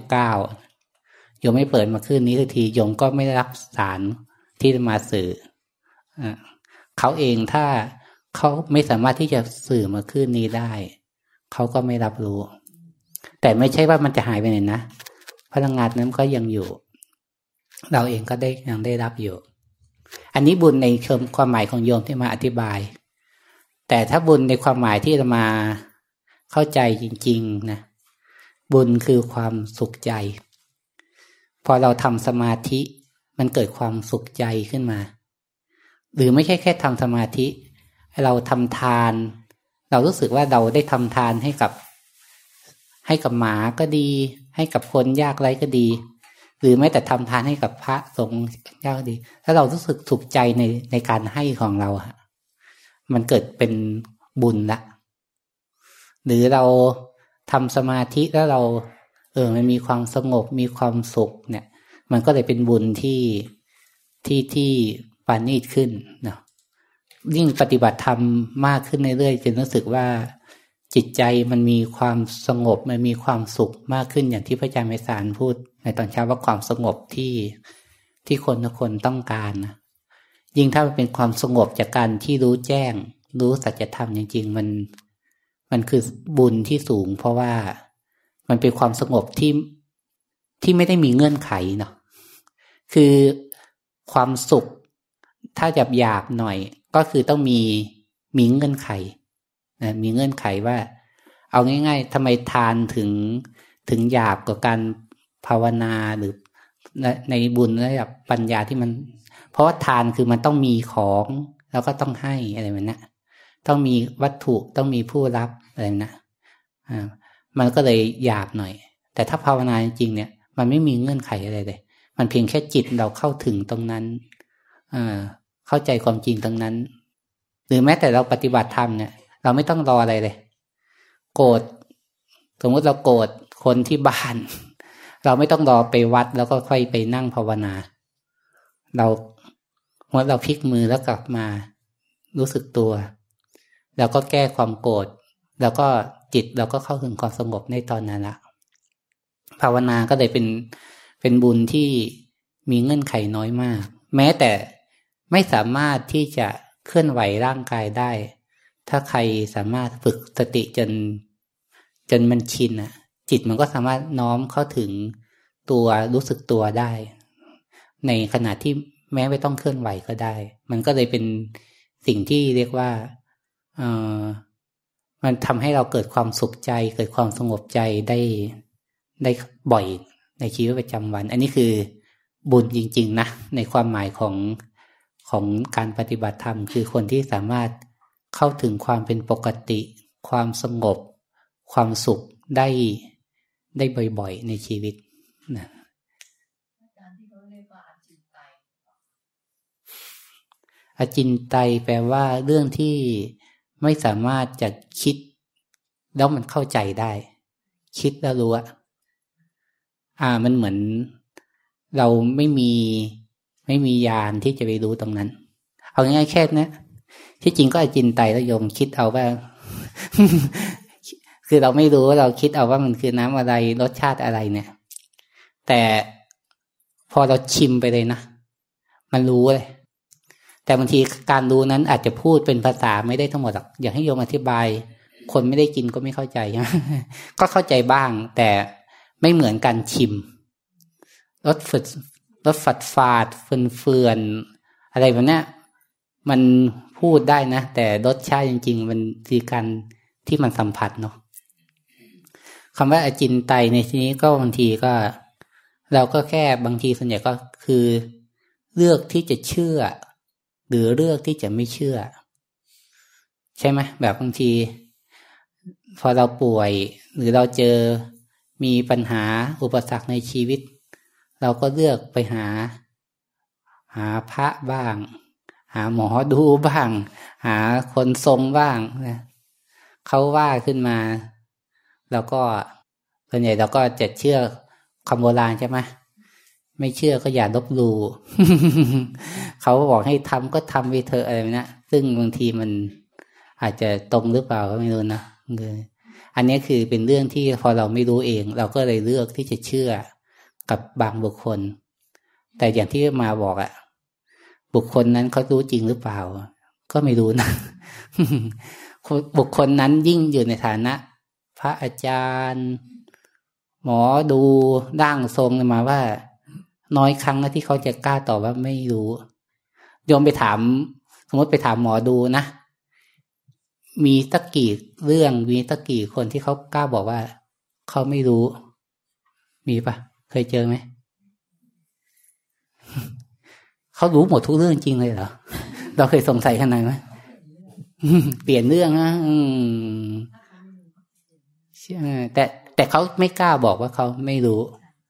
99โยมไม่เปิดมาคลื่นนี้ทันทีโยมก็ไม่ได้รับสารที่มาสื่อเขาเองถ้าเขาไม่สามารถที่จะสื่อมาคลื่นนี้ได้เขาก็ไม่รับรู้แต่ไม่ใช่ว่ามันจะหายไปไหนนะพลังงานนั้นก็ยังอยู่เราเองก็ยังได้รับอยู่อันนี้บุญในเชิงความหมายของโยมที่มาอธิบายแต่ถ้าบุญในความหมายที่เรามาเข้าใจจริงๆนะบุญคือความสุขใจพอเราทำสมาธิมันเกิดความสุขใจขึ้นมาหรือไม่ใช่แค่ทำสมาธิเราทำทานเรารู้สึกว่าเราได้ทำทานให้กับหมาก็ดีให้กับคนยากไร้ก็ดีหรือแม้แต่ทำทานให้กับพระสงฆ์ยากก็ดีถ้าเรารู้สึกสุขใจในการให้ของเราอะมันเกิดเป็นบุญละหรือเราทำสมาธิแล้วเรามันมีความสงบมีความสุขเนี่ยมันก็เลยเป็นบุญที่ปานีตขึ้นเนาะยิ่งปฏิบัติธรรมมากขึ้นเรื่อยๆจนรู้สึกว่าจิตใจมันมีความสงบมันมีความสุขมากขึ้นอย่างที่พระอาจารย์ไพศาลพูดในตอนเช้าว่าความสงบที่คนทุกคนต้องการนะยิ่งถ้ามันเป็นความสงบจากการที่รู้แจ้งรู้สัจธรรมจริงๆมันคือบุญที่สูงเพราะว่ามันเป็นความสงบที่ไม่ได้มีเงื่อนไขเนาะคือความสุขถ้าหยาบหน่อยก็คือต้องมีเงื่อนไขนะมีเงื่อนไขว่าเอาง่ายๆทำไมทานถึงหยาบกว่าการภาวนาหรือในบุญระดับปัญญาที่มันเพราะว่าทานคือมันต้องมีของแล้วก็ต้องให้อะไรแบบนั้นต้องมีวัตถุต้องมีผู้รับอะไรนะมันก็เลยหยาบหน่อยแต่ถ้าภาวนาจริงๆเนี่ยมันไม่มีเงื่อนไขอะไรเลยมันเพียงแค่จิตเราเข้าถึงตรงนั้นเข้าใจความจริงตรงนั้นหรือแม้แต่เราปฏิบัติธรรมเนี่ยเราไม่ต้องรออะไรเลยโกรธสมมติเราโกรธคนที่บ้านเราไม่ต้องรอไปวัดแล้วก็ค่อยไปนั่งภาวนาเราพลิกมือแล้วกลับมารู้สึกตัวแล้วก็แก้ความโกรธแล้วก็จิตเราก็เข้าถึงความสงบในตอนนั้นละภาวนาก็เลยเป็นบุญที่มีเงื่อนไขน้อยมากแม้แต่ไม่สามารถที่จะเคลื่อนไหวร่างกายได้ถ้าใครสามารถฝึกสติจนมันชินอ่ะจิตมันก็สามารถน้อมเข้าถึงตัวรู้สึกตัวได้ในขณะที่แม้ไม่ต้องเคลื่อนไหวก็ได้มันก็เลยเป็นสิ่งที่เรียกว่ามันทำให้เราเกิดความสุขใจเกิดความสงบใจได้บ่อยในชีวิตประจำวันอันนี้คือบุญจริงๆนะในความหมายของการปฏิบัติธรรมคือคนที่สามารถเข้าถึงความเป็นปกติความสงบความสุขได้บ่อยๆในชีวิตนะอจินไตยแปลว่าเรื่องที่ไม่สามารถจะคิดแล้วมันเข้าใจได้คิดแล้วรู้มันเหมือนเราไม่มีญาณที่จะไปรู้ตรงนั้นเอาง่ายๆแค่นี้ที่จริงก็อจินไตยแล้วโยมคิดเอาว่า คือเราไม่รู้ว่าเราคิดเอาว่ามันคือน้ำอะไรรสชาติอะไรเนี่ยแต่พอเราชิมไปเลยนะมันรู้เลยแต่บางทีการรู้นั้นอาจจะพูดเป็นภาษาไม่ได้ทั้งหมดหรอกอยากให้โยมอธิบายคนไม่ได้กินก็ไม่เข้าใจใช่ไหม ก็เข้าใจบ้างแต่ไม่เหมือนการชิมรสฝาดเฟื่อนอะไรแบบนี้มันพูดได้นะแต่รสชาติจริงๆมันคือการที่มันสัมผัสเนาะคำว่าอจินไตยในที่นี้ก็บางทีก็เราก็แค่บางทีส่วนใหญ่ก็คือเลือกที่จะเชื่อหรือเลือกที่จะไม่เชื่อใช่ไหมแบบบางทีพอเราป่วยหรือเราเจอมีปัญหาอุปสรรคในชีวิตเราก็เลือกไปหาหาพระบ้างหาหมอดูบ้างหาคนทรงบ้างนะเขาว่าขึ้นมาแล้วก็ส่วนใหญ่เราก็จะเชื่อคำโบราณใช่ไหมไม่เชื่อก็อย่าลบหลู่ เขาบอกให้ทำก็ทำไปเถอะอะไรนะซึ่งบางทีมันอาจจะตรงหรือเปล่าก็ไม่รู้นะอันนี้คือเป็นเรื่องที่พอเราไม่รู้เองเราก็เลยเลือกที่จะเชื่อกับบางบุคคลแต่อย่างที่มาบอกอะบุคคลนั้นเขารู้จริงหรือเปล่าก็ไม่รู้นะ บุคคลนั้นยิ่งอยู่ในฐานะพระอาจารย์หมอดูร่างทรงมาว่าน้อยครั้งนะที่เขาจะกล้าตอบว่าไม่รู้โยมไปถามสมมติไปถามหมอดูนะมีสักกี่เรื่องมีสักกี่คนที่เขากล้าบอกว่าเขาไม่รู้มีปะเคยเจอไหม เขารู้หมดทุกเรื่องจริงเลยเหรอเราเคยสงสัยขนาดไหน เปลี่ยนเรื่องนะแต่เขาไม่กล้าบอกว่าเขาไม่รู้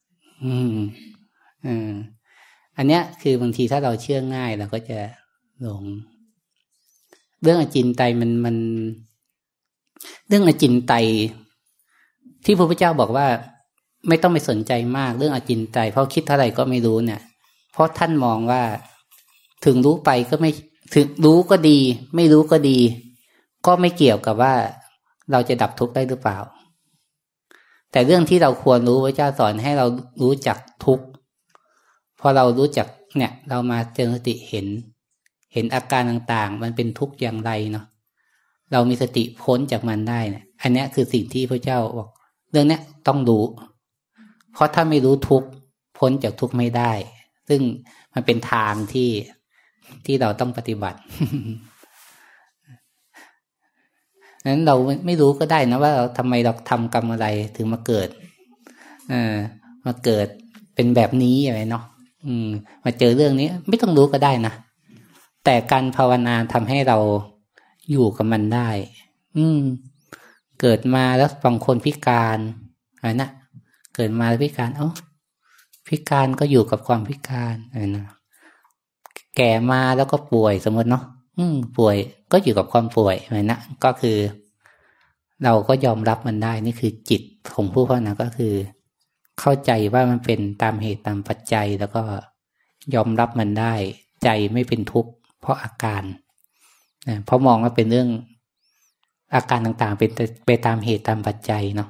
อันเนี้ยคือบางทีถ้าเราเชื่อง่ายเราก็จะหลงเรื่องอจินไตยมันเรื่องอจินไตยที่พระพุทธเจ้าบอกว่าไม่ต้องไปสนใจมากเรื่องอจินไตยเพราะคิดเท่าไหร่ก็ไม่รู้เนี่ยเพราะท่านมองว่าถึงรู้ไปก็ไม่ถึงรู้ก็ดีไม่รู้ก็ดีก็ไม่เกี่ยวกับว่าเราจะดับทุกข์ได้หรือเปล่าแต่เรื่องที่เราควรรู้พระเจ้าสอนให้เรารู้จักทุกข์พอเรารู้จักเนี่ยเรามาเจริญสติเห็นอาการต่างๆมันเป็นทุกข์อย่างไรเนาะเรามีสติพ้นจากมันได้เนี่ยอันนี้คือสิ่งที่พระเจ้าบอกเรื่องนี้ต้องรู้เพราะถ้าไม่รู้ทุกข์พ้นจากทุกข์ไม่ได้ซึ่งมันเป็นทางที่เราต้องปฏิบัติ นั้นเราไม่รู้ก็ได้นะว่าเราทำไมเราทำกรรมอะไรถึงมาเกิดมาเกิดเป็นแบบนี้อะไรเนาะมาเจอเรื่องนี้ไม่ต้องรู้ก็ได้นะแต่การภาวนาทำให้เราอยู่กับมันได้เกิดมาแล้วบางคนพิการอะไรนะเกิดมาแล้วพิการพิการก็อยู่กับความพิการอะไรนะแก่มาแล้วก็ป่วยสมมติเนาะป่วยก็อยู่กับความป่วยอะไรนะก็คือเราก็ยอมรับมันได้นี่คือจิตของผู้ภาวนาก็คือเข้าใจว่ามันเป็นตามเหตุตามปัจจัยแล้วก็ยอมรับมันได้ใจไม่เป็นทุกข์เพราะอาการเพราะมองว่าเป็นเรื่องอาการต่างๆเป็นไปตามเหตุตามปัจจัยเนาะ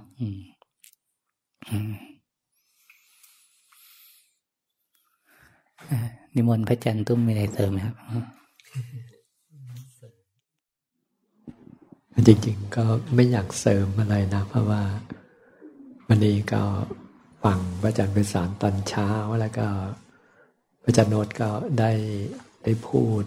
นิมนต์พระอาจารย์ตุ้มมีอะไรเสริมไหมครับจริงๆก็ไม่อยากเสริมอะไรนะเพราะว่าวันนี้ก็ฟังพระอาจารย์ไพศาลตอนเช้าแล้วก็พระอาจารย์โนตก็ได้พูด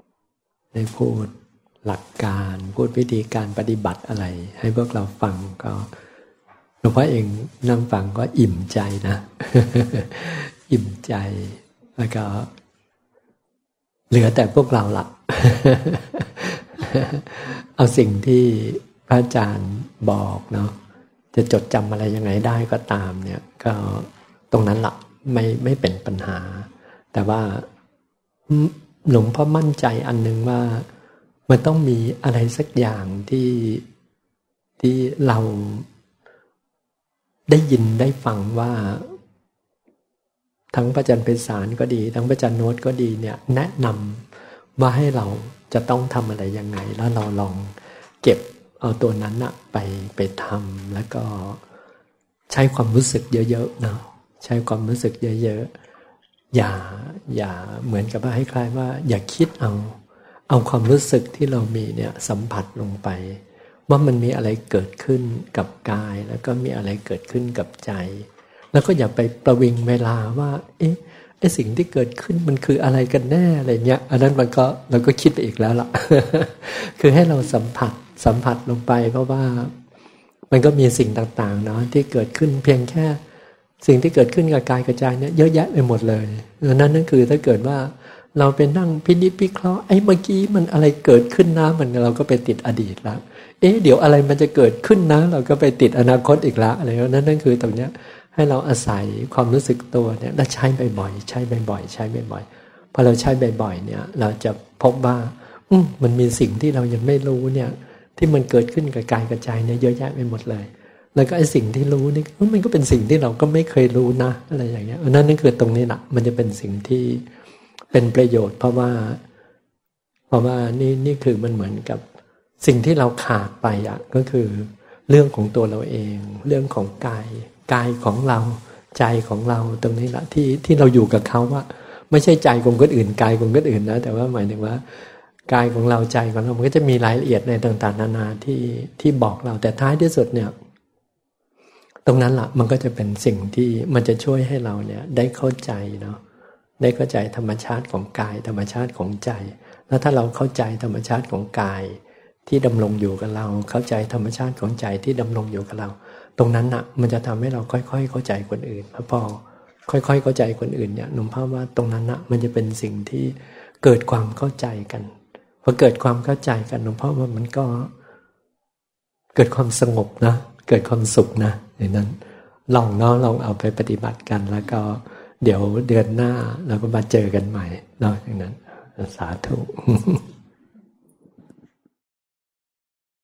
หลักการพูดวิธีการปฏิบัติอะไรให้พวกเราฟังก็หลวงพ่อเองนั่งฟังก็อิ่มใจนะ อิ่มใจแล้วก็เหลือแต่พวกเราละ เอาสิ่งที่พระอาจารย์บอกเนาะจะจดจำอะไรยังไงได้ก็ตามเนี่ยก็ตรงนั้นละไม่เป็นปัญหาแต่ว่าหลวงพ่อมั่นใจอันนึงว่ามันต้องมีอะไรสักอย่างที่เราได้ยินได้ฟังว่าทั้งพระอาจารย์ไพศาลก็ดีทั้งพระอาจารย์โน้ตก็ดีเนี่ยแนะนำว่าให้เราจะต้องทำอะไรยังไงแล้วเราลองเก็บเอาตัวนั้นอะไปทำแล้วก็ใช้ความรู้สึกเยอะๆเนาะใช้ความรู้สึกเยอะๆอย่าเหมือนกับว่าให้คล้ายว่าอย่าคิดเอาความรู้สึกที่เรามีเนี่ยสัมผัสลงไปว่ามันมีอะไรเกิดขึ้นกับกายแล้วก็มีอะไรเกิดขึ้นกับใจแล้วก็อย่าไปประวิงเวลาว่าไอ้สิ่งที่เกิดขึ้นมันคืออะไรกันแน่อะไรเงี้ยอันนั้นเราก็คิดไปอีกแล้วล่ะ คือให้เราสัมผัสลงไปเพราะว่ามันก็มีสิ่งต่างๆเนาะที่เกิดขึ้นเพียงแค่สิ่งที่เกิดขึ้นกับกายกับใจเนี่ยเยอะแยะไปหมดเลยนั่นคือถ้าเกิดว่าเราไปนั่งพินิจพิเคราะห์ไอ้เมื่อกี้มันอะไรเกิดขึ้นนะมันเราก็ไปติดอดีตละเดี๋ยวอะไรมันจะเกิดขึ้นนะเราก็ไปติดอนาคตอีกละอะไรนั่นคือตรงเนี้ยให้เราอาศัยความรู้สึกตัวเนี่ยแล้วใช้บ่อยๆใช้บ่อยๆใช้บ่อยๆพอเราใช้บ่อยๆเนี่ยเราจะพบว่ามันมีสิ่งที่เรายังไม่รู้เนี่ยที่มันเกิดขึ้นกับกายกับใจเนี่ยเยอะแยะไปหมดเลยแล้วก็ไอ้สิ่งที่รู้นี่มันก็เป็นสิ่งที่เราก็ไม่เคยรู้นะอะไรอย่างเงี้ยนั่นคือตรงนี้แหละมันจะเป็นสิ่งที่เป็นประโยชน์เพราะว่านี่คือมันเหมือนกับสิ่งที่เราขาดไปอ่ะก็คือเรื่องของตัวเราเองเรื่องของกายของเราใจของเราตรงนี้แหละที่เราอยู่กับเขาว่าไม่ใช่ใจของคนอื่นกายของคนอื่นนะแต่ว่าหมายถึงว่ากายของเราใจของเรามันก็จะมีรายละเอียดในต่างๆนานาที่บอกเราแต่ท้ายที่สุดเนี่ยตรงนั้นล่ะมันก็จะเป็นสิ่งที่มันจะช่วยให้เราเนี่ยได้เข้าใจเนาะได้เข้าใจธรรมชาติของกายธรรมชาติของใจแล้วถ้าเราเข้าใจธรรมชาติของกายที่ดำรงอยู่กับเราเข้าใจธรรมชาติของใจที่ดำรงอยู่กับเราตรงนั้นน่ะมันจะทำให้เราค่อยๆเข้าใจคนอื่นพอค่อยๆเข้าใจคนอื่นเนี่ยหนุ่มพ่อว่าตรงนั้นน่ะมันจะเป็นสิ่งที่เกิดความเข้าใจกันพอเกิดความเข้าใจกันหนุ่มพ่อว่ามันก็เกิดความสงบนะเกิดความสุขนะอย่างนั้นลองเอาไปปฏิบัติกันแล้วก็เดี๋ยวเดือนหน้าเราก็มาเจอกันใหม่เนาะอย่างนั้นสาธุ